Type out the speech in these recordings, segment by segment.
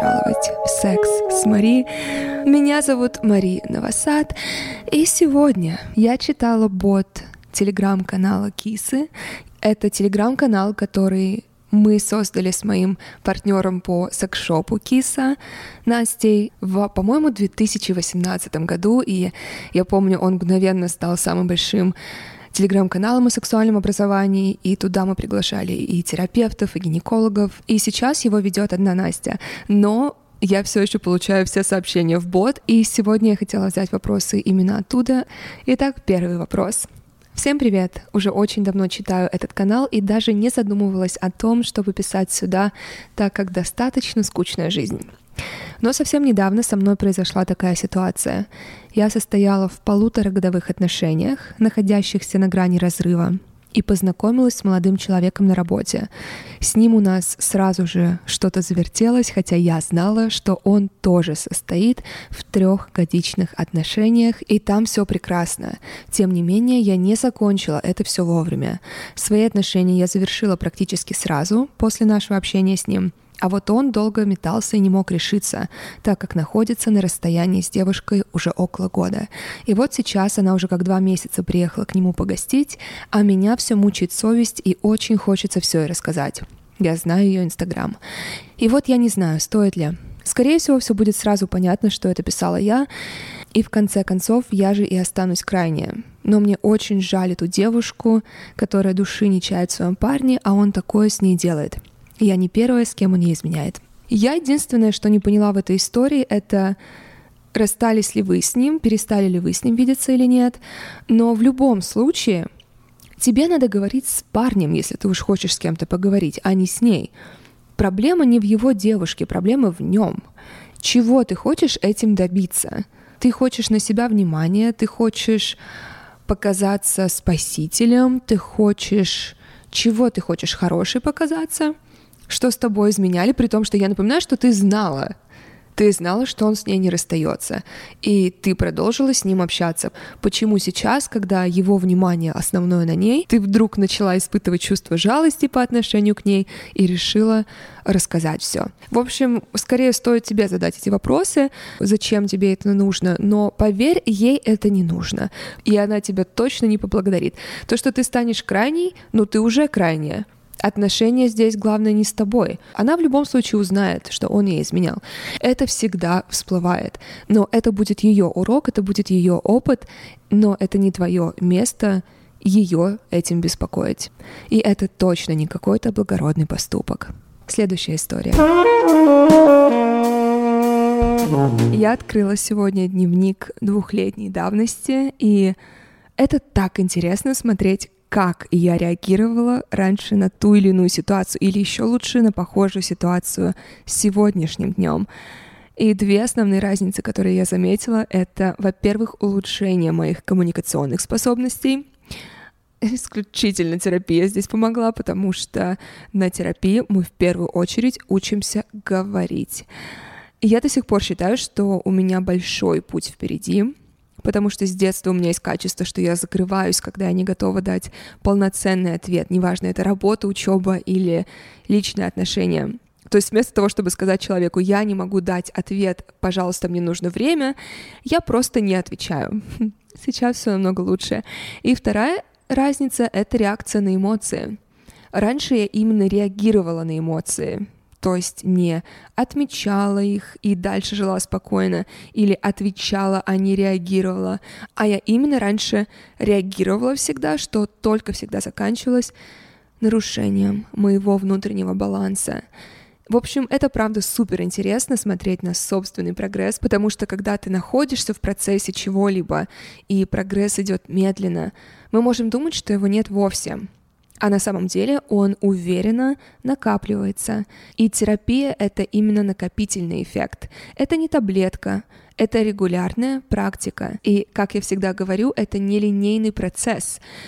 пожаловать в «Секс с Мари». Меня зовут Мари Новосад, и сегодня я читала бот телеграм-канала Кисы. Это телеграм-канал, который мы создали с моим партнером по секс-шопу Киса, Настей, по-моему, 2018 году, и я помню, он мгновенно стал самым большим телеграм-каналом о сексуальном образовании, и туда мы приглашали и терапевтов, и гинекологов, и сейчас его ведет одна Настя, но я все еще получаю все сообщения в бот, и сегодня я хотела взять вопросы именно оттуда. Итак, первый вопрос. Всем привет! Уже очень давно читаю этот канал и даже не задумывалась о том, чтобы писать сюда, так как достаточно скучная жизнь. Но совсем недавно со мной произошла такая ситуация. Я состояла в 1,5-годовых отношениях, находящихся на грани разрыва, и познакомилась с молодым человеком на работе. С ним у нас сразу же что-то завертелось, хотя я знала, что он тоже состоит в 3-годичных отношениях, и там все прекрасно. Тем не менее, я не закончила это все вовремя. Свои отношения я завершила практически сразу после нашего общения с ним. А вот он долго метался и не мог решиться, так как находится на расстоянии с девушкой уже около года. И вот сейчас она уже как 2 месяца приехала к нему погостить, а меня все мучает совесть и очень хочется все ей рассказать. Я знаю ее Инстаграм. И вот я не знаю, стоит ли. Скорее всего, все будет сразу понятно, что это писала я, и в конце концов я же и останусь крайняя. Но мне очень жаль эту девушку, которая души не чает в своем парне, а он такое с ней делает. Я не первая, с кем он ей изменяет. Я единственное, что не поняла в этой истории, это расстались ли вы с ним, перестали ли вы с ним видеться или нет. Но в любом случае тебе надо говорить с парнем, если ты уж хочешь с кем-то поговорить, а не с ней. Проблема не в его девушке, проблема в нем. Чего ты хочешь этим добиться? Ты хочешь на себя внимания, ты хочешь показаться спасителем, ты хочешь... Чего ты хочешь? Хорошей показаться? Что с тобой изменяли, при том, что я напоминаю, что ты знала. Ты знала, что он с ней не расстается. И ты продолжила с ним общаться. Почему сейчас, когда его внимание основное на ней, ты вдруг начала испытывать чувство жалости по отношению к ней и решила рассказать все? В общем, скорее стоит тебе задать эти вопросы, зачем тебе это нужно, но поверь, ей это не нужно. И она тебя точно не поблагодарит. То, что ты станешь крайней, ну ты уже крайняя. Отношения здесь, главное, не с тобой. Она в любом случае узнает, что он ей изменял. Это всегда всплывает. Но это будет ее урок, это будет ее опыт, но это не твое место ее этим беспокоить. И это точно не какой-то благородный поступок. Следующая история. Я открыла сегодня дневник 2-летней давности, и это так интересно смотреть, как я реагировала раньше на ту или иную ситуацию, или еще лучше на похожую ситуацию с сегодняшним днем. И 2 основные разницы, которые я заметила, это, во-первых, улучшение моих коммуникационных способностей. Исключительно терапия здесь помогла, потому что на терапии мы в первую очередь учимся говорить. И я до сих пор считаю, что у меня большой путь впереди, потому что с детства у меня есть качество, что я закрываюсь, когда я не готова дать полноценный ответ. Неважно, это работа, учеба или личные отношения. То есть вместо того, чтобы сказать человеку, я не могу дать ответ, пожалуйста, мне нужно время, я просто не отвечаю. Сейчас все намного лучше. И вторая разница — это реакция на эмоции. Раньше я именно реагировала на эмоции. То есть не отмечала их и дальше жила спокойно, или отвечала, а не реагировала. А я именно раньше реагировала всегда, что только всегда заканчивалось нарушением моего внутреннего баланса. В общем, это правда супер интересно смотреть на собственный прогресс, потому что когда ты находишься в процессе чего-либо, и прогресс идет медленно, мы можем думать, что его нет вовсе. А на самом деле он уверенно накапливается. И терапия — это именно накопительный эффект. Это не таблетка, это регулярная практика. И, как я всегда говорю, это нелинейный процесс.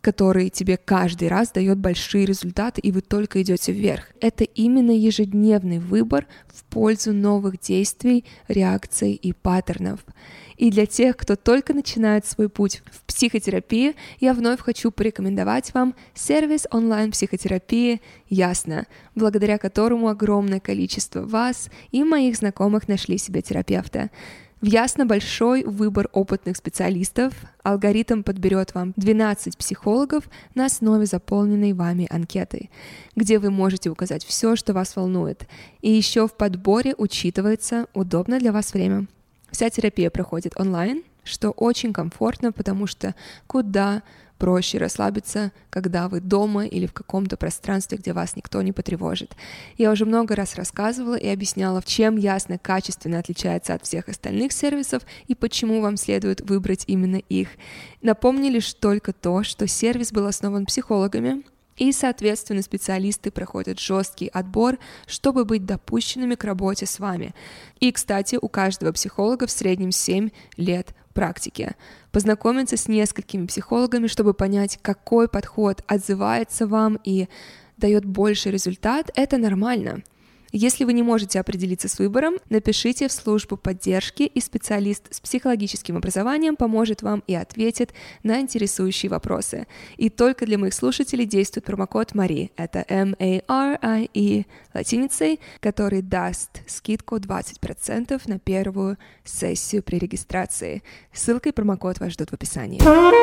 который тебе каждый раз дает большие результаты, и вы только идете вверх. Это именно ежедневный выбор в пользу новых действий, реакций и паттернов. И для тех, кто только начинает свой путь в психотерапии, я вновь хочу порекомендовать вам сервис онлайн-психотерапии «Ясно», благодаря которому огромное количество вас и моих знакомых нашли себе терапевта. В Ясно большой выбор опытных специалистов. Алгоритм подберет вам 12 психологов на основе заполненной вами анкеты, где вы можете указать все, что вас волнует. И еще в подборе учитывается удобное для вас время. Вся терапия проходит онлайн, что очень комфортно, потому что куда проще расслабиться, когда вы дома или в каком-то пространстве, где вас никто не потревожит. Я уже много раз рассказывала и объясняла, в чем Ясно качественно отличается от всех остальных сервисов и почему вам следует выбрать именно их. Напомню лишь только то, что сервис был основан психологами, и, соответственно, специалисты проходят жесткий отбор, чтобы быть допущенными к работе с вами. И, кстати, у каждого психолога в среднем 7 лет практики. Познакомиться с несколькими психологами, чтобы понять, какой подход отзывается вам и дает больший результат, это нормально. Если вы не можете определиться с выбором, напишите в службу поддержки, и специалист с психологическим образованием поможет вам и ответит на интересующие вопросы. И только для моих слушателей действует промокод Мари, это MARIE латиницей, который даст скидку 20% на первую сессию при регистрации. Ссылка и промокод вас ждут в описании.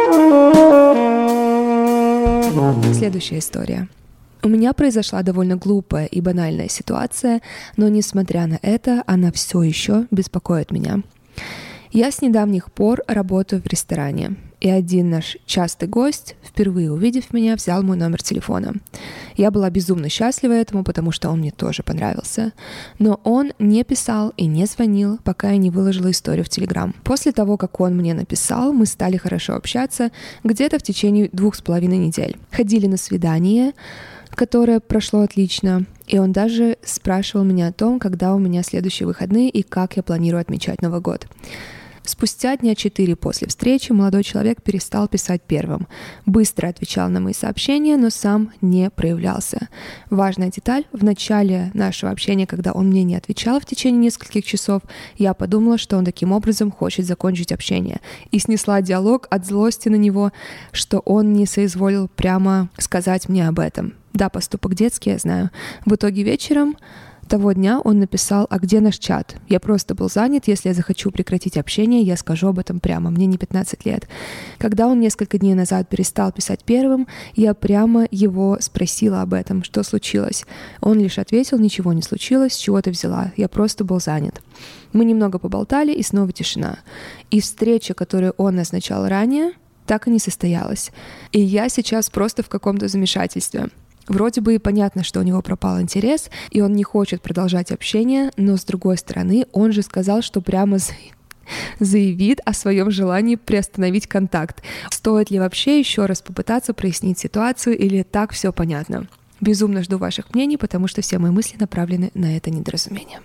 Следующая история. У меня произошла довольно глупая и банальная ситуация, но, несмотря на это, она все еще беспокоит меня. Я с недавних пор работаю в ресторане, и один наш частый гость, впервые увидев меня, взял мой номер телефона. Я была безумно счастлива этому, потому что он мне тоже понравился. Но он не писал и не звонил, пока я не выложила историю в Телеграм. После того, как он мне написал, мы стали хорошо общаться где-то в течение 2,5 недель. Ходили на свидание, которое прошло отлично, и он даже спрашивал меня о том, когда у меня следующие выходные и как я планирую отмечать Новый год. Спустя 4 дня после встречи молодой человек перестал писать первым, быстро отвечал на мои сообщения, но сам не проявлялся. Важная деталь: в начале нашего общения, когда он мне не отвечал в течение нескольких часов, я подумала, что он таким образом хочет закончить общение, и снесла диалог от злости на него, что он не соизволил прямо сказать мне об этом. Да, поступок детский, я знаю. В итоге вечером того дня он написал: «А где наш чат? Я просто был занят, если я захочу прекратить общение, я скажу об этом прямо, мне не 15 лет». Когда он несколько дней назад перестал писать первым, я прямо его спросила об этом, что случилось. Он лишь ответил: «Ничего не случилось, с чего ты взяла? Я просто был занят». Мы немного поболтали, и снова тишина. И встреча, которую он назначал ранее, так и не состоялась. И я сейчас просто в каком-то замешательстве. Вроде бы и понятно, что у него пропал интерес, и он не хочет продолжать общение, но с другой стороны, он же сказал, что прямо заявит о своем желании приостановить контакт. Стоит ли вообще еще раз попытаться прояснить ситуацию, или так все понятно? Безумно жду ваших мнений, потому что все мои мысли направлены на это недоразумение.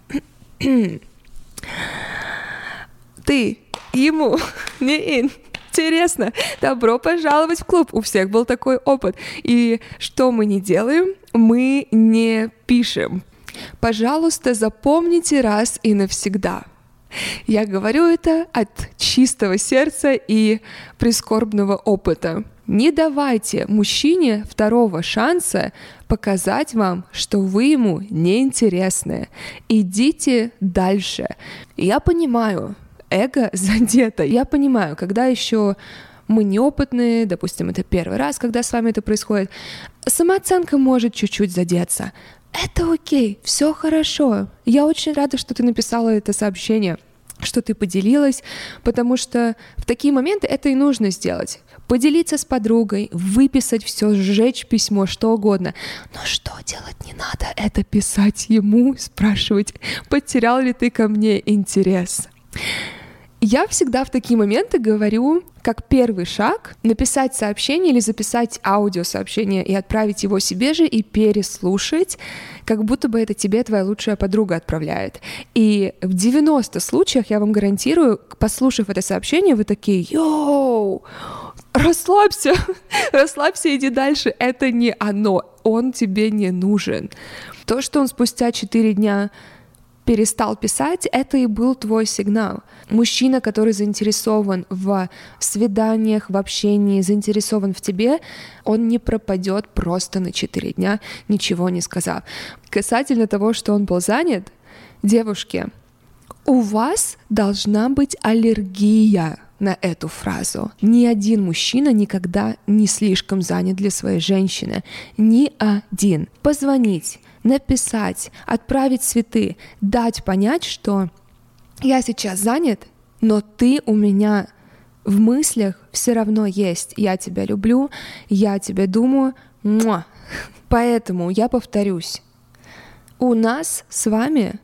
Ты ему не интересно. Добро пожаловать в клуб. У всех был такой опыт. И что мы не делаем? Мы не пишем. Пожалуйста, запомните раз и навсегда. Я говорю это от чистого сердца и прискорбного опыта. Не давайте мужчине второго шанса показать вам, что вы ему неинтересны. Идите дальше. Я понимаю, эго задето. Я понимаю, когда еще мы неопытные, допустим, это первый раз, когда с вами это происходит, самооценка может чуть-чуть задеться. Это окей, все хорошо. Я очень рада, что ты написала это сообщение, что ты поделилась, потому что в такие моменты это и нужно сделать. Поделиться с подругой, выписать все, сжечь письмо, что угодно. Но что делать не надо? Это писать ему, спрашивать, потерял ли ты ко мне интерес. Я всегда в такие моменты говорю, как первый шаг, написать сообщение или записать аудиосообщение и отправить его себе же и переслушать, как будто бы это тебе твоя лучшая подруга отправляет. И в 90 случаях, я вам гарантирую, послушав это сообщение, вы такие: «Йоу, расслабься, расслабься, иди дальше, это не оно, он тебе не нужен». То, что он спустя 4 дня перестал писать, это и был твой сигнал. Мужчина, который заинтересован в свиданиях, в общении, заинтересован в тебе, он не пропадет просто на 4 дня, ничего не сказав. Касательно того, что он был занят, девушки, у вас должна быть аллергия на эту фразу. Ни один мужчина никогда не слишком занят для своей женщины. Ни один. Позвонить, написать, отправить цветы, дать понять, что я сейчас занят, но ты у меня в мыслях все равно есть. Я тебя люблю, я тебя думаю. Муа. Поэтому я повторюсь. У нас с вами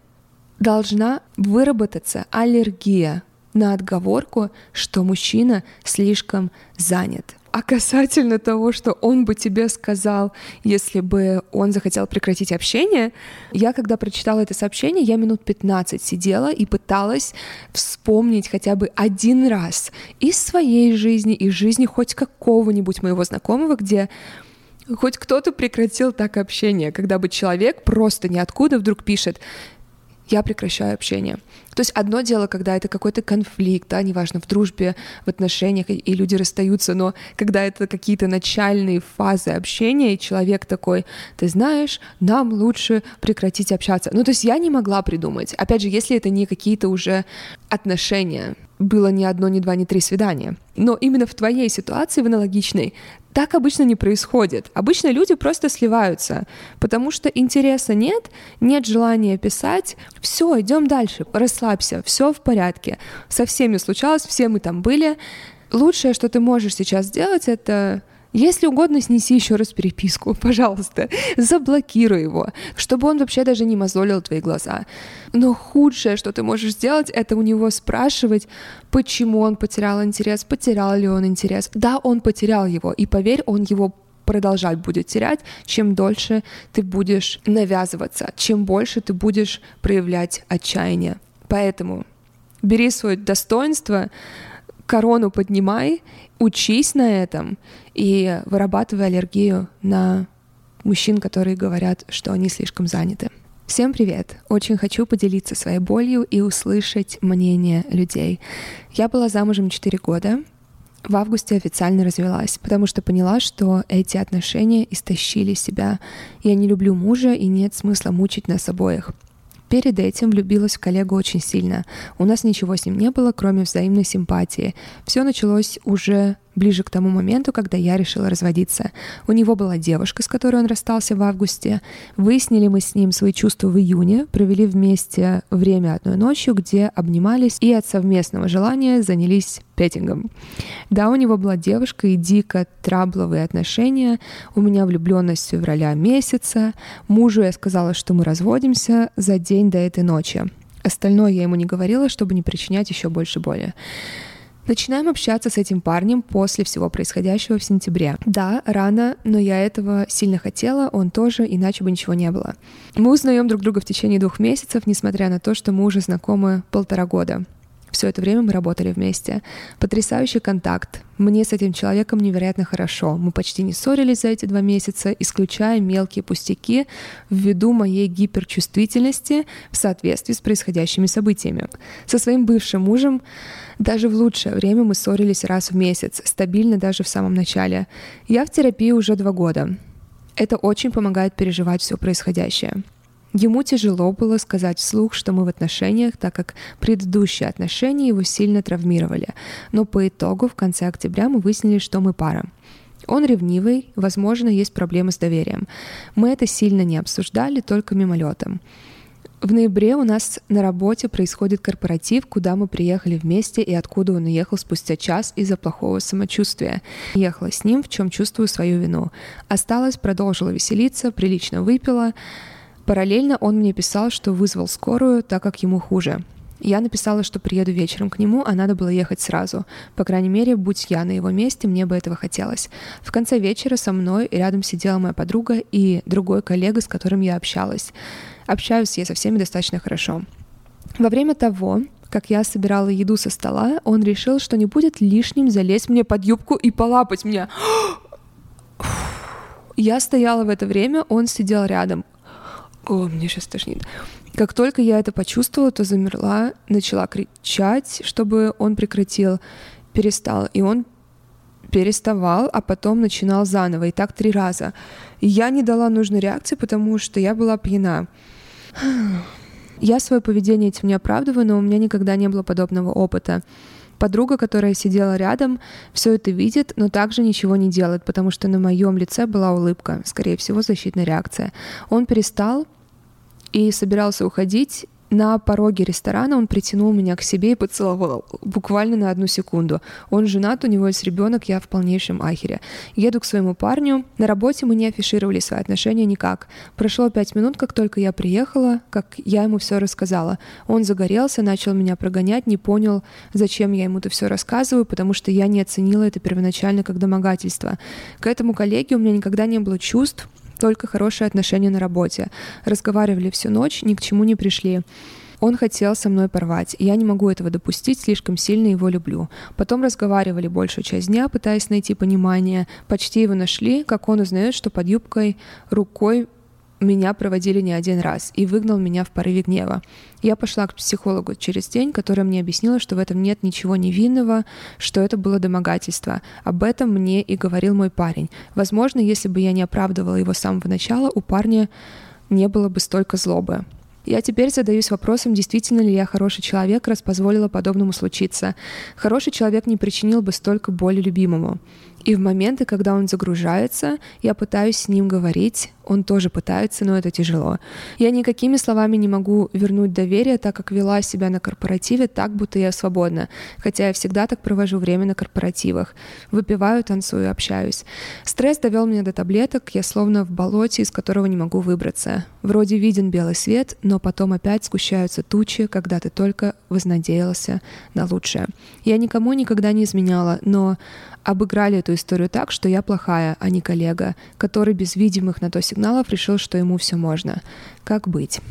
должна выработаться аллергия на отговорку, что мужчина слишком занят. А касательно того, что он бы тебе сказал, если бы он захотел прекратить общение, я, когда прочитала это сообщение, я минут 15 сидела и пыталась вспомнить хотя бы один раз из своей жизни, из жизни хоть какого-нибудь моего знакомого, где хоть кто-то прекратил так общение, когда бы человек просто ниоткуда вдруг пишет: «Я прекращаю общение». То есть одно дело, когда это какой-то конфликт, да, неважно, в дружбе, в отношениях, и люди расстаются, но когда это какие-то начальные фазы общения, и человек такой: «Ты знаешь, нам лучше прекратить общаться». Ну, то есть я не могла придумать. Опять же, если это не какие-то уже отношения, было ни одно, ни два, ни три свидания. Но именно в твоей ситуации, в аналогичной, так обычно не происходит. Обычно люди просто сливаются, потому что интереса нет, нет желания писать. Все, идем дальше, расслабься, все в порядке. Со всеми случалось, все мы там были. Лучшее, что ты можешь сейчас сделать, это, если угодно, снеси еще раз переписку, пожалуйста, заблокируй его, чтобы он вообще даже не мозолил твои глаза. Но худшее, что ты можешь сделать, это у него спрашивать, почему он потерял интерес, потерял ли он интерес. Да, он потерял его, и поверь, он его продолжать будет терять, чем дольше ты будешь навязываться, чем больше ты будешь проявлять отчаяние. Поэтому бери свое достоинство, корону поднимай, учись на этом и вырабатывай аллергию на мужчин, которые говорят, что они слишком заняты. Всем привет! Очень хочу поделиться своей болью и услышать мнение людей. Я была замужем 4 года. В августе официально развелась, потому что поняла, что эти отношения истощили себя. Я не люблю мужа, и нет смысла мучить нас обоих. Перед этим влюбилась в коллегу очень сильно. У нас ничего с ним не было, кроме взаимной симпатии. Все началось уже ближе к тому моменту, когда я решила разводиться. У него была девушка, с которой он расстался в августе. Выяснили мы с ним свои чувства в июне, провели вместе время одной ночью, где обнимались и от совместного желания занялись петингом. Да, у него была девушка и дико трабловые отношения. У меня влюбленность с февраля месяца. Мужу я сказала, что мы разводимся за день до этой ночи. Остальное я ему не говорила, чтобы не причинять еще больше боли. Начинаем общаться с этим парнем после всего происходящего в сентябре. Да, рано, но я этого сильно хотела, он тоже, иначе бы ничего не было. Мы узнаем друг друга в течение 2 месяцев, несмотря на то, что мы уже знакомы 1,5 года. Все это время мы работали вместе. Потрясающий контакт. Мне с этим человеком невероятно хорошо. Мы почти не ссорились за эти 2 месяца, исключая мелкие пустяки ввиду моей гиперчувствительности в соответствии с происходящими событиями. Со своим бывшим мужем даже в лучшее время мы ссорились раз в месяц, стабильно даже в самом начале. Я в терапии уже 2 года. Это очень помогает переживать все происходящее. Ему тяжело было сказать вслух, что мы в отношениях, так как предыдущие отношения его сильно травмировали. Но по итогу в конце октября мы выяснили, что мы пара. Он ревнивый, возможно, есть проблемы с доверием. Мы это сильно не обсуждали, только мимолетом. В ноябре у нас на работе происходит корпоратив, куда мы приехали вместе и откуда он уехал спустя час из-за плохого самочувствия. Ехала с ним, в чем чувствую свою вину. Осталась, продолжила веселиться, прилично выпила. Параллельно он мне писал, что вызвал скорую, так как ему хуже. Я написала, что приеду вечером к нему, а надо было ехать сразу. По крайней мере, будь я на его месте, мне бы этого хотелось. В конце вечера со мной рядом сидела моя подруга и другой коллега, с которым я общалась. Общаюсь я со всеми достаточно хорошо. Во время того, как я собирала еду со стола, он решил, что не будет лишним залезть мне под юбку и полапать меня. Я стояла в это время, он сидел рядом. О, мне сейчас тошнит. Как только я это почувствовала, то замерла, начала кричать, чтобы он прекратил, перестал. И он переставал, а потом начинал заново. И так 3 раза. Я не дала нужной реакции, потому что я была пьяна. Я свое поведение этим не оправдываю, но у меня никогда не было подобного опыта. Подруга, которая сидела рядом, все это видит, но также ничего не делает, потому что на моем лице была улыбка, скорее всего, защитная реакция. Он перестал и собирался уходить. На пороге ресторана он притянул меня к себе и поцеловал буквально на 1 секунду. Он женат, у него есть ребенок, я в полнейшем ахере. Еду к своему парню. На работе мы не афишировали свои отношения никак. Прошло 5 минут, как только я приехала, как я ему все рассказала. Он загорелся, начал меня прогонять, не понял, зачем я ему это все рассказываю, потому что я не оценила это первоначально как домогательство. К этому коллеге у меня никогда не было чувств, только хорошие отношения на работе. Разговаривали всю ночь, ни к чему не пришли. Он хотел со мной порвать. Я не могу этого допустить, слишком сильно его люблю. Потом разговаривали большую часть дня, пытаясь найти понимание. Почти его нашли, как он узнает, что под юбкой рукой меня проводили не 1 раз и выгнал меня в порыве гнева. Я пошла к психологу через день, которая мне объяснила, что в этом нет ничего невинного, что это было домогательство. Об этом мне и говорил мой парень. Возможно, если бы я не оправдывала его с самого начала, у парня не было бы столько злобы. Я теперь задаюсь вопросом, действительно ли я хороший человек, раз позволила подобному случиться. Хороший человек не причинил бы столько боли любимому. И в моменты, когда он загружается, я пытаюсь с ним говорить, он тоже пытается, но это тяжело. Я никакими словами не могу вернуть доверие, так как вела себя на корпоративе так, будто я свободна, хотя я всегда так провожу время на корпоративах. Выпиваю, танцую, общаюсь. Стресс довел меня до таблеток, я словно в болоте, из которого не могу выбраться. Вроде виден белый свет, но потом опять сгущаются тучи, когда ты только вознадеялся на лучшее. Я никому никогда не изменяла, но обыграли эту историю так, что я плохая, а не коллега, который без видимых на то сигналов решил, что ему все можно. Как быть?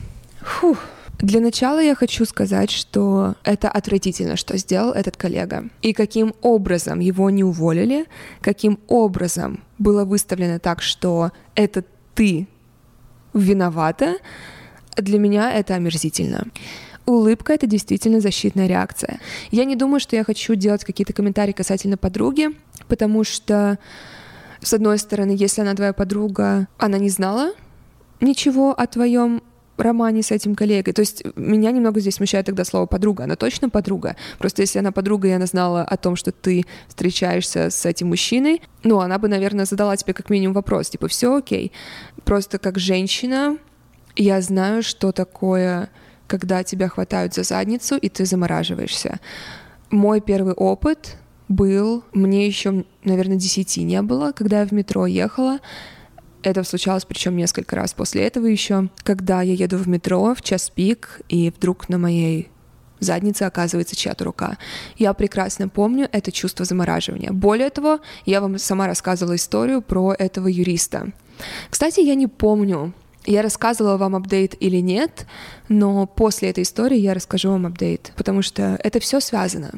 Для начала я хочу сказать, что это отвратительно, что сделал этот коллега. И каким образом его не уволили, каким образом было выставлено так, что это ты виновата, для меня это омерзительно. Улыбка — это действительно защитная реакция. Я не думаю, что я хочу делать какие-то комментарии касательно подруги, потому что, с одной стороны, если она твоя подруга, она не знала ничего о твоем романе с этим коллегой. То есть меня немного здесь смущает тогда слово «подруга». Она точно подруга. Просто если она подруга, и она знала о том, что ты встречаешься с этим мужчиной, она бы, наверное, задала тебе как минимум вопрос, типа, все окей. Просто как женщина я знаю, что такое, когда тебя хватают за задницу, и ты замораживаешься. Мой первый опыт был, мне еще, наверное, 10 не было, когда я в метро ехала. Это случалось причем несколько раз после этого еще, когда я еду в метро в час пик, и вдруг на моей заднице оказывается чья-то рука. Я прекрасно помню это чувство замораживания. Более того, я вам сама рассказывала историю про этого юриста. Кстати, я не помню, я рассказывала вам апдейт или нет, но после этой истории я расскажу вам апдейт, потому что это все связано.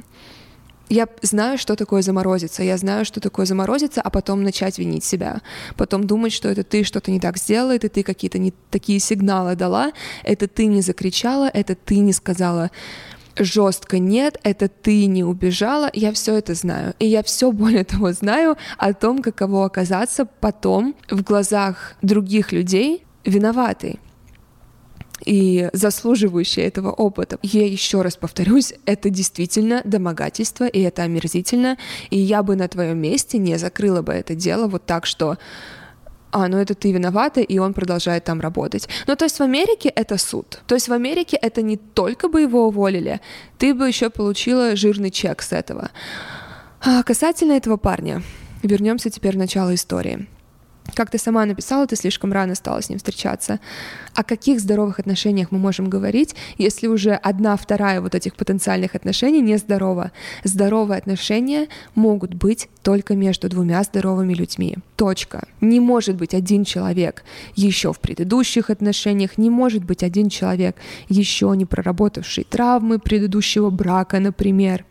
Я знаю, что такое заморозиться, а потом начать винить себя, потом думать, что это ты что-то не так сделала, это ты какие-то не такие сигналы дала, это ты не закричала, это ты не сказала жестко нет, это ты не убежала, я все это знаю. И я все, более того, знаю о том, каково оказаться потом в глазах других людей виноватой и заслуживающие этого опыта. Я еще раз повторюсь, это действительно домогательство, и это омерзительно, и я бы на твоем месте не закрыла бы это дело вот так, что это ты виновата, и он продолжает там работать. То есть в Америке это суд. То есть в Америке это не только бы его уволили, ты бы еще получила жирный чек с этого. Касательно этого парня, вернемся теперь в начало истории. Как ты сама написала, ты слишком рано стала с ним встречаться. О каких здоровых отношениях мы можем говорить, если уже 1/2 вот этих потенциальных отношений нездорова? Здоровые отношения могут быть только между 2 здоровыми людьми. Точка. Не может быть один человек еще в предыдущих отношениях, не может быть один человек еще не проработавший травмы предыдущего брака, например.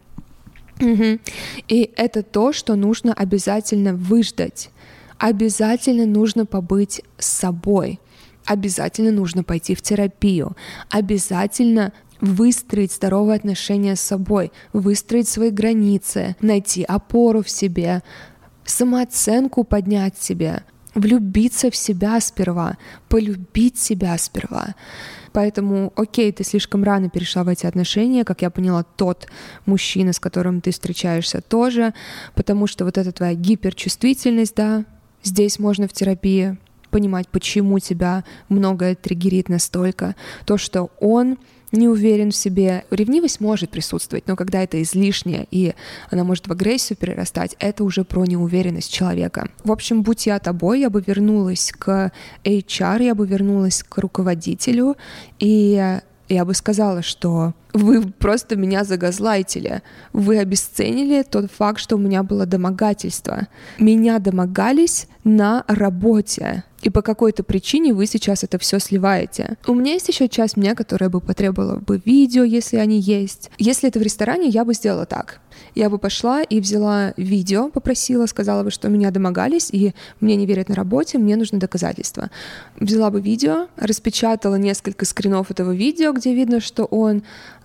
И это то, что нужно обязательно выждать. Обязательно нужно побыть с собой, обязательно нужно пойти в терапию, обязательно выстроить здоровые отношения с собой, выстроить свои границы, найти опору в себе, самооценку поднять в себе, влюбиться в себя сперва, полюбить себя сперва. Поэтому, окей, ты слишком рано перешла в эти отношения, как я поняла, тот мужчина, с которым ты встречаешься, тоже, потому что вот эта твоя гиперчувствительность, да, здесь можно в терапии понимать, почему тебя многое триггерит настолько. То, что он не уверен в себе. Ревнивость может присутствовать, но когда это излишнее и она может в агрессию перерастать, это уже про неуверенность человека. В общем, будь я тобой, я бы вернулась к HR, я бы вернулась к руководителю, и я бы сказала, что вы просто меня загазлайтили. Вы обесценили тот факт, что у меня было домогательство. Меня домогались на работе. И по какой-то причине вы сейчас это все сливаете. У меня есть еще часть меня, которая бы потребовала бы видео, если они есть. Если это в ресторане, я бы сделала так. Я бы пошла и взяла видео, попросила, сказала бы, что меня домогались, и мне не верят на работе, мне нужны доказательства. Взяла бы видео, распечатала несколько скринов этого видео, где видно, что он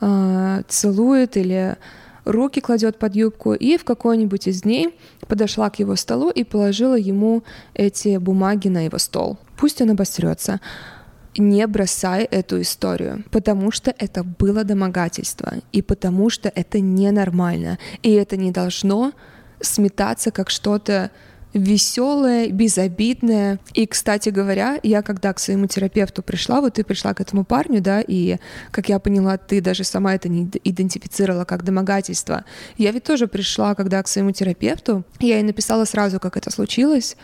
целует или руки кладет под юбку, и в какой-нибудь из дней подошла к его столу и положила ему эти бумаги на его стол. Пусть он обосрется. Не бросай эту историю, потому что это было домогательство, и потому что это ненормально, и это не должно сметаться как что-то веселое, безобидное. И, кстати говоря, я когда к своему терапевту пришла, вот ты пришла к этому парню, да, и, как я поняла, ты даже сама это не идентифицировала как домогательство. Я ведь тоже пришла, когда к своему терапевту, я ей написала сразу, как это случилось.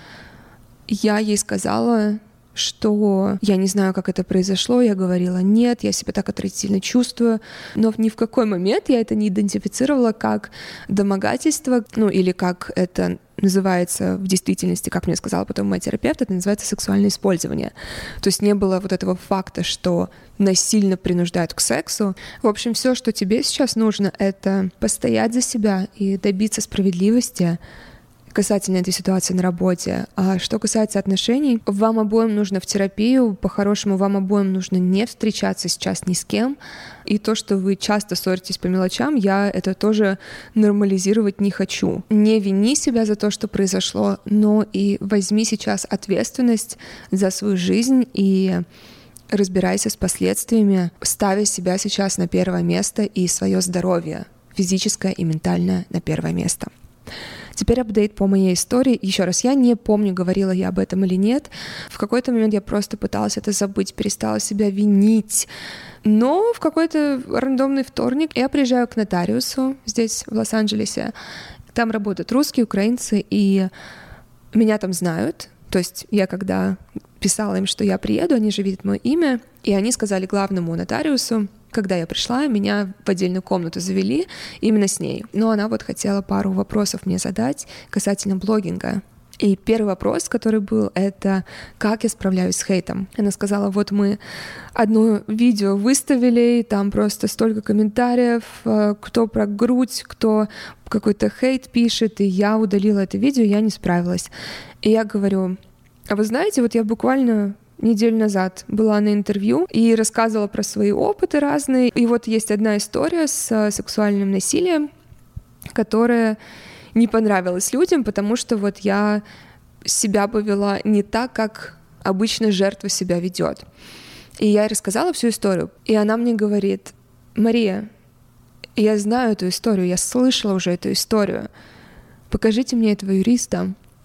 Я ей сказала, что я не знаю, как это произошло, я говорила, нет, я себя так отвратительно чувствую, но ни в какой момент я это не идентифицировала как домогательство, ну или как это называется в действительности, как мне сказала потом мой терапевт, это называется сексуальное использование. То есть не было вот этого факта, что насильно принуждают к сексу. В общем, все, что тебе сейчас нужно, это постоять за себя и добиться справедливости касательно этой ситуации на работе. А что касается отношений, вам обоим нужно в терапию, по-хорошему вам обоим нужно не встречаться сейчас ни с кем, и то, что вы часто ссоритесь по мелочам, я это тоже нормализировать не хочу. Не вини себя за то, что произошло, но и возьми сейчас ответственность за свою жизнь и разбирайся с последствиями, ставя себя сейчас на первое место и свое здоровье, физическое и ментальное, на первое место. Теперь апдейт по моей истории. Еще раз, я не помню, говорила я об этом или нет. В какой-то момент я просто пыталась это забыть, перестала себя винить. Но в какой-то рандомный вторник я приезжаю к нотариусу здесь, в Лос-Анджелесе. Там работают русские, украинцы, и меня там знают. То есть я когда писала им, что я приеду, они же видят мое имя, и они сказали главному нотариусу, когда я пришла, меня в отдельную комнату завели именно с ней. Но она вот хотела пару вопросов мне задать касательно блогинга. И первый вопрос, который был, это как я справляюсь с хейтом. Она сказала, вот мы одно видео выставили, и там просто столько комментариев, кто про грудь, кто какой-то хейт пишет, и я удалила это видео, я не справилась. И я говорю, а вы знаете, вот я буквально неделю назад была на интервью и рассказывала про свои опыты разные. И вот есть одна история с сексуальным насилием, которая не понравилась людям, потому что вот я себя повела не так, как обычно жертва себя ведет. И я ей рассказала всю историю. И она мне говорит, Мария, я знаю эту историю, я слышала уже эту историю. Покажите мне этого юриста.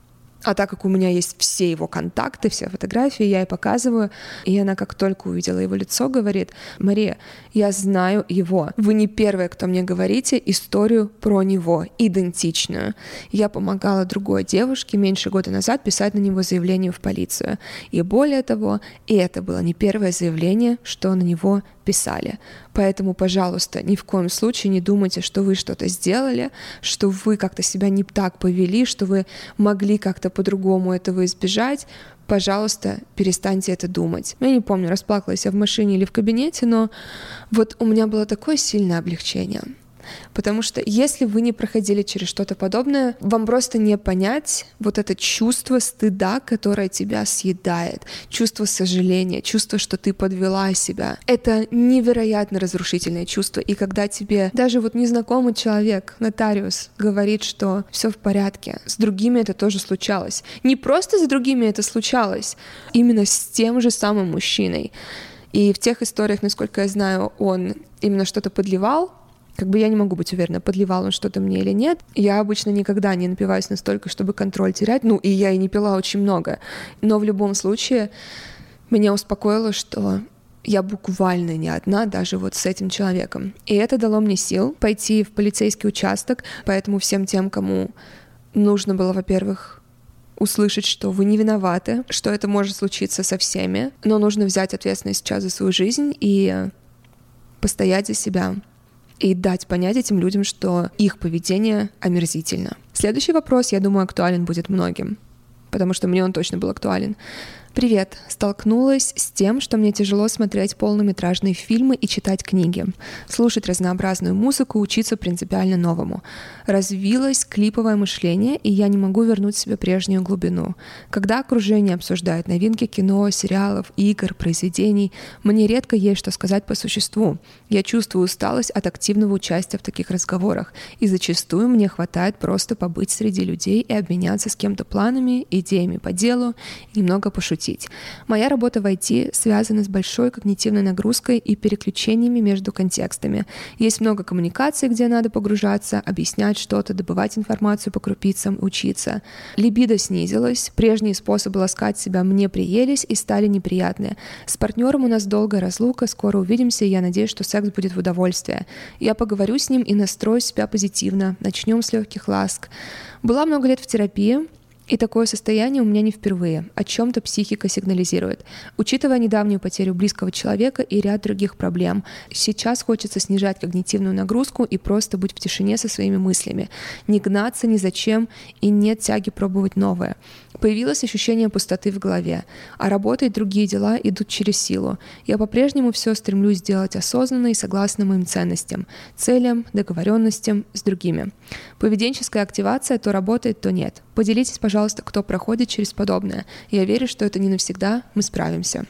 А так как у меня есть все его контакты, все фотографии, я ей показываю, и она как только увидела его лицо, говорит: «Мария, я знаю его. Вы не первая, кто мне говорите историю про него, идентичную. Я помогала другой девушке меньше года назад писать на него заявление в полицию. И более того, и это было не первое заявление, что на него писали. Поэтому, пожалуйста, ни в коем случае не думайте, что вы что-то сделали, что вы как-то себя не так повели, что вы могли как-то по-другому этого избежать. Пожалуйста, перестаньте это думать». Я не помню, расплакалась я в машине или в кабинете, но вот у меня было такое сильное облегчение. Потому что если вы не проходили через что-то подобное, вам просто не понять вот это чувство стыда, которое тебя съедает, чувство сожаления, чувство, что ты подвела себя. Это невероятно разрушительное чувство. И когда тебе даже вот незнакомый человек, нотариус, говорит, что все в порядке, с другими это тоже случалось. Не просто с другими это случалось, именно с тем же самым мужчиной. И в тех историях, насколько я знаю, он именно что-то подливал. Как бы я не могу быть уверена, подливал он что-то мне или нет. Я обычно никогда не напиваюсь настолько, чтобы контроль терять. И я и не пила очень много. Но в любом случае меня успокоило, что я буквально не одна, даже вот с этим человеком. И это дало мне сил пойти в полицейский участок. Поэтому всем тем, кому нужно было, во-первых, услышать, что вы не виноваты, что это может случиться со всеми, но нужно взять ответственность сейчас за свою жизнь и постоять за себя. И дать понять этим людям, что их поведение омерзительно. Следующий вопрос, я думаю, актуален будет многим, потому что мне он точно был актуален. Привет. Столкнулась с тем, что мне тяжело смотреть полнометражные фильмы и читать книги, слушать разнообразную музыку, учиться принципиально новому. Развилось клиповое мышление, и я не могу вернуть себе прежнюю глубину. Когда окружение обсуждает новинки кино, сериалов, игр, произведений, мне редко есть что сказать по существу. Я чувствую усталость от активного участия в таких разговорах, и зачастую мне хватает просто побыть среди людей и обменяться с кем-то планами, идеями по делу, немного пошутить. Моя работа в IT связана с большой когнитивной нагрузкой и переключениями между контекстами. Есть много коммуникаций, где надо погружаться, объяснять что-то, добывать информацию по крупицам, учиться. Либидо снизилось, прежние способы ласкать себя мне приелись и стали неприятны. С партнером у нас долгая разлука, скоро увидимся, и я надеюсь, что секс будет в удовольствие. Я поговорю с ним и настрою себя позитивно, начнем с легких ласк. Была много лет в терапии, и такое состояние у меня не впервые. О чем-то психика сигнализирует. Учитывая недавнюю потерю близкого человека и ряд других проблем, сейчас хочется снижать когнитивную нагрузку и просто быть в тишине со своими мыслями. Не гнаться ни зачем и нет тяги пробовать новое. Появилось ощущение пустоты в голове, а работа и другие дела идут через силу. Я по-прежнему все стремлюсь сделать осознанно и согласно моим ценностям, целям, договоренностям с другими. Поведенческая активация то работает, то нет. Поделитесь, пожалуйста, кто проходит через подобное. Я верю, что это не навсегда, мы справимся.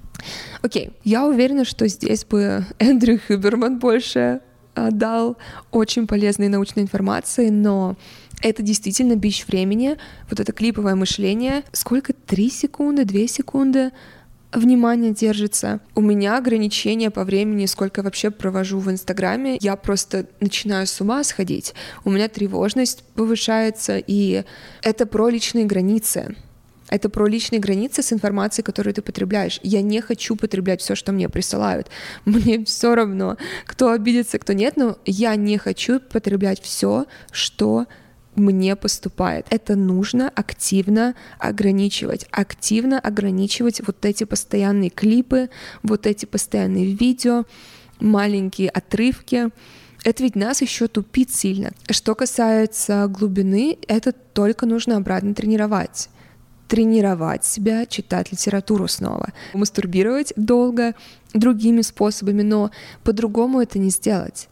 Окей, я уверена, что здесь бы Эндрю Хюберман больше дал очень полезной научной информации, но это действительно бич времени, вот это клиповое мышление. Сколько? 3 секунды, 2 секунды внимание держится. У меня ограничения по времени, сколько я вообще провожу в Инстаграме. Я просто начинаю с ума сходить. У меня тревожность повышается, и это про личные границы. Это про личные границы с информацией, которую ты потребляешь. Я не хочу потреблять все, что мне присылают. Мне все равно, кто обидится, кто нет, но я не хочу потреблять все, что мне поступает. Это нужно активно ограничивать. Активно ограничивать вот эти постоянные клипы, вот эти постоянные видео, маленькие отрывки. Это ведь нас еще тупит сильно. Что касается глубины, это только нужно обратно тренировать. Тренировать себя, читать литературу снова, мастурбировать долго другими способами, но по-другому это не сделать.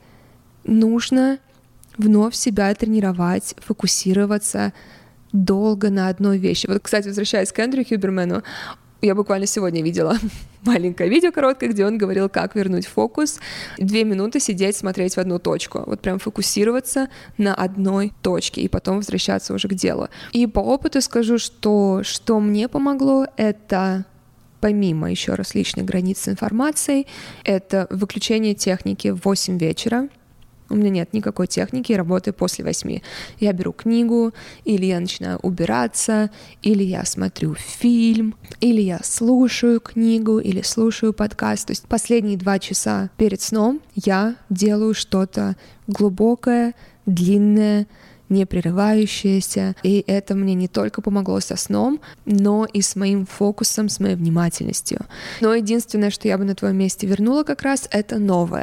Нужно вновь себя тренировать, фокусироваться долго на одной вещи. Вот, кстати, возвращаясь к Эндрю Хюберману, я буквально сегодня видела маленькое видео короткое, где он говорил, как вернуть фокус. 2 минуты сидеть, смотреть в одну точку. Вот прям фокусироваться на одной точке и потом возвращаться уже к делу. И по опыту скажу, что мне помогло, это помимо еще раз личных границ с информацией, это выключение техники в 8 вечера. У меня нет никакой техники работы после 8. Я беру книгу, или я начинаю убираться, или я смотрю фильм, или я слушаю книгу, или слушаю подкаст. То есть последние 2 часа перед сном я делаю что-то глубокое, длинное, не прерывающееся, и это мне не только помогло со сном, но и с моим фокусом, с моей внимательностью. Но единственное, что я бы на твоем месте вернула как раз, это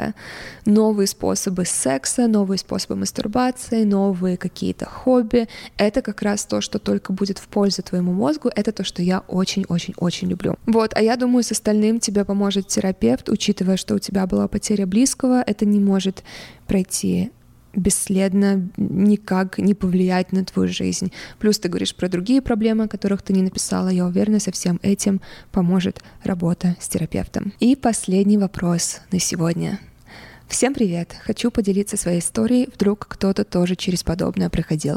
новые способы секса, новые способы мастурбации, новые какие-то хобби. Это как раз то, что только будет в пользу твоему мозгу, это то, что я очень-очень-очень люблю. Вот, а я думаю, с остальным тебе поможет терапевт, учитывая, что у тебя была потеря близкого, это не может пройти бесследно, никак не повлиять на твою жизнь. Плюс ты говоришь про другие проблемы, о которых ты не написала. Я уверена, со всем этим поможет работа с терапевтом. И последний вопрос на сегодня. Всем привет! Хочу поделиться своей историей, вдруг кто-то тоже через подобное проходил.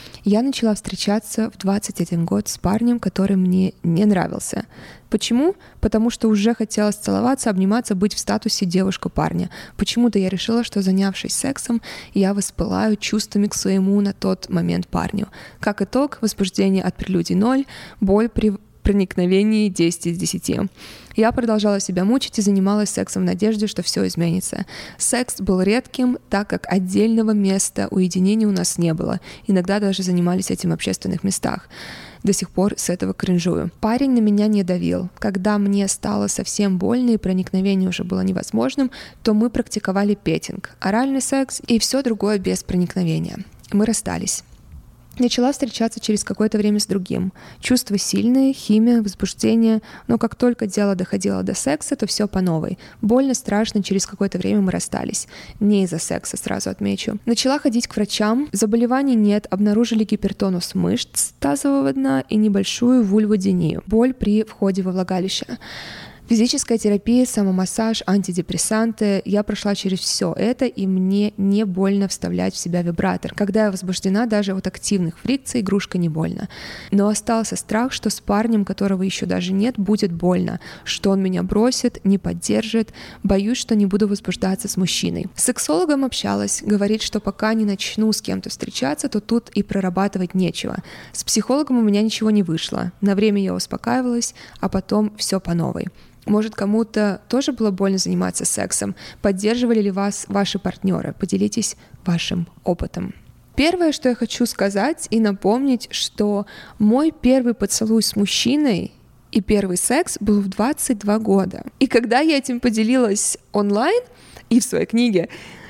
Я начала встречаться в 21 год с парнем, который мне не нравился. Почему? Потому что уже хотелось целоваться, обниматься, быть в статусе девушка-парня. Почему-то я решила, что, занявшись сексом, я воспылаю чувствами к своему на тот момент парню. Как итог, возбуждение от прелюдий 0, боль при проникновении 10 из 10. Я продолжала себя мучить и занималась сексом в надежде, что все изменится. Секс был редким, так как отдельного места уединения у нас не было. Иногда даже занимались этим в общественных местах. До сих пор с этого кринжую. Парень на меня не давил. Когда мне стало совсем больно и проникновение уже было невозможным, то мы практиковали петинг, оральный секс и все другое без проникновения. Мы расстались. Начала встречаться через какое-то время с другим. Чувства сильные, химия, возбуждение, но как только дело доходило до секса, то все по новой. Больно, страшно, через какое-то время мы расстались. Не из-за секса, сразу отмечу. Начала ходить к врачам, заболеваний нет, обнаружили гипертонус мышц тазового дна и небольшую вульводинию, боль при входе во влагалище. Физическая терапия, самомассаж, антидепрессанты. Я прошла через все это, и мне не больно вставлять в себя вибратор. Когда я возбуждена, даже от активных фрикций игрушка не больно. Но остался страх, что с парнем, которого еще даже нет, будет больно, что он меня бросит, не поддержит. Боюсь, что не буду возбуждаться с мужчиной. С сексологом общалась, говорит, что пока не начну с кем-то встречаться, то тут и прорабатывать нечего. С психологом у меня ничего не вышло. На время я успокаивалась, а потом все по новой. Может, кому-то тоже было больно заниматься сексом? Поддерживали ли вас ваши партнеры? Поделитесь вашим опытом. Первое, что я хочу сказать и напомнить, что мой первый поцелуй с мужчиной и первый секс был в 22 года. И когда я этим поделилась онлайн и в своей книге,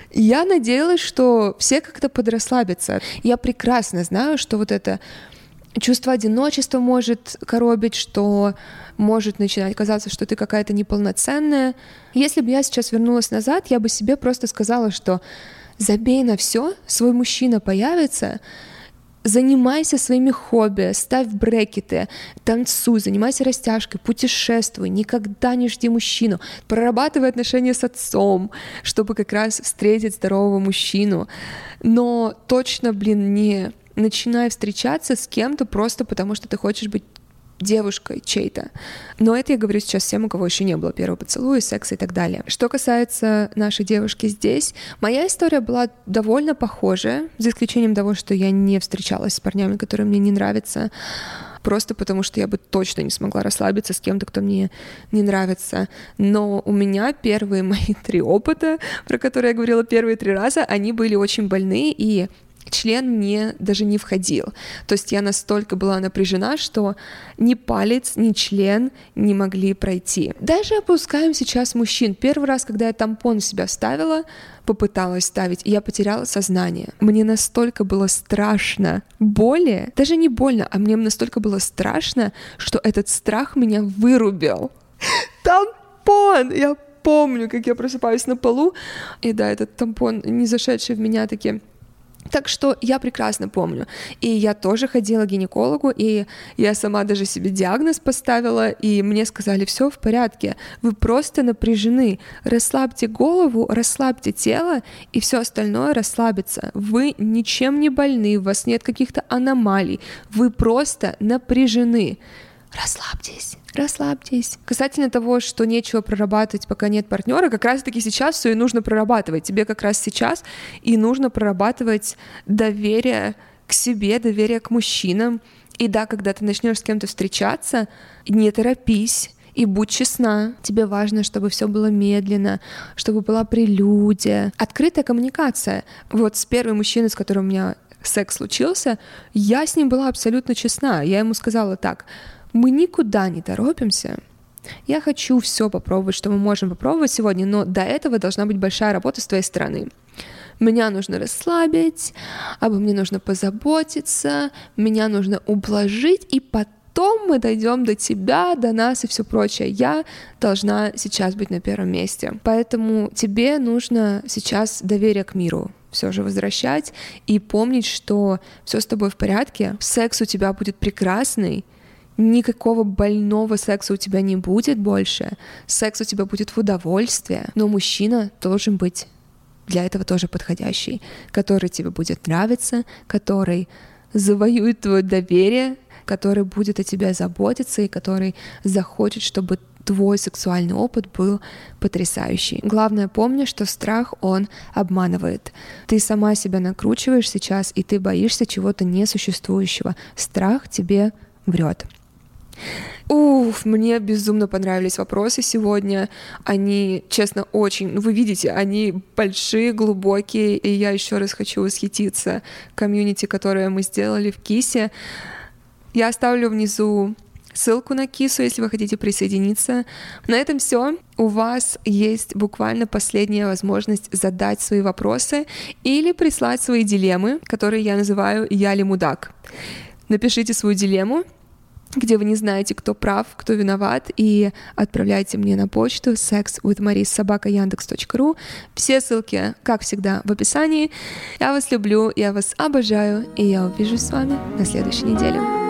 я надеялась, что все как-то подрасслабятся. Я прекрасно знаю, что вот это чувство одиночества может коробить, что может начинать казаться, что ты какая-то неполноценная. Если бы я сейчас вернулась назад, я бы себе просто сказала, что забей на все, свой мужчина появится, занимайся своими хобби, ставь брекеты, танцуй, занимайся растяжкой, путешествуй, никогда не жди мужчину, прорабатывай отношения с отцом, чтобы как раз встретить здорового мужчину. Но точно, не начинай встречаться с кем-то просто потому, что ты хочешь быть девушкой чей-то. Но это я говорю сейчас всем, у кого еще не было первого поцелуя, секса и так далее. Что касается нашей девушки здесь, моя история была довольно похожая, за исключением того, что я не встречалась с парнями, которые мне не нравятся, просто потому что я бы точно не смогла расслабиться с кем-то, кто мне не нравится. Но у меня первые мои 3 опыта, про которые я говорила первые 3 раза, они были очень больны, и член мне даже не входил. То есть я настолько была напряжена, что ни палец, ни член не могли пройти. Даже опускаем сейчас мужчин. Первый раз, когда я тампон в себя вставила, попыталась ставить, и я потеряла сознание. Мне настолько было страшно боли, даже не больно, а мне настолько было страшно, что этот страх меня вырубил. Тампон! Я помню, как я просыпаюсь на полу, и да, этот тампон, не зашедший в меня, таки. Так что я прекрасно помню. И я тоже ходила к гинекологу, и я сама даже себе диагноз поставила, и мне сказали: все в порядке, вы просто напряжены, расслабьте голову, расслабьте тело, и все остальное расслабится. Вы ничем не больны, у вас нет каких-то аномалий, вы просто напряжены. Расслабьтесь. Касательно того, что нечего прорабатывать, пока нет партнера, как раз-таки сейчас все и нужно прорабатывать. Тебе как раз сейчас и нужно прорабатывать доверие к себе, доверие к мужчинам. И да, когда ты начнешь с кем-то встречаться, не торопись и будь честна. Тебе важно, чтобы все было медленно, чтобы была прелюдия, открытая коммуникация. Вот с первым мужчиной, с которым у меня секс случился, я с ним была абсолютно честна. Я ему сказала так: мы никуда не торопимся. Я хочу все попробовать, что мы можем попробовать сегодня, но до этого должна быть большая работа с твоей стороны. Меня нужно расслабить, обо мне нужно позаботиться, меня нужно ублажить, и потом мы дойдем до тебя, до нас и все прочее. Я должна сейчас быть на первом месте. Поэтому тебе нужно сейчас доверие к миру все же возвращать и помнить, что все с тобой в порядке, секс у тебя будет прекрасный, никакого больного секса у тебя не будет больше, секс у тебя будет в удовольствие, но мужчина должен быть для этого тоже подходящий, который тебе будет нравиться, который завоюет твое доверие, который будет о тебе заботиться и который захочет, чтобы твой сексуальный опыт был потрясающий. Главное, помни, что страх, он обманывает. Ты сама себя накручиваешь сейчас, и ты боишься чего-то несуществующего. Страх тебе врет. Мне безумно понравились вопросы сегодня. Они, честно, очень... вы видите, они большие, глубокие, и я еще раз хочу восхититься комьюнити, которое мы сделали в Кисе. Я оставлю внизу ссылку на Кису, если вы хотите присоединиться. На этом все. У вас есть буквально последняя возможность задать свои вопросы или прислать свои дилеммы, которые я называю «Я ли мудак?». Напишите свою дилемму, где вы не знаете, кто прав, кто виноват, и отправляйте мне на почту sexwithmarie@yandex.ru. Все ссылки, как всегда, в описании. Я вас люблю, я вас обожаю, и я увижусь с вами на следующей неделе.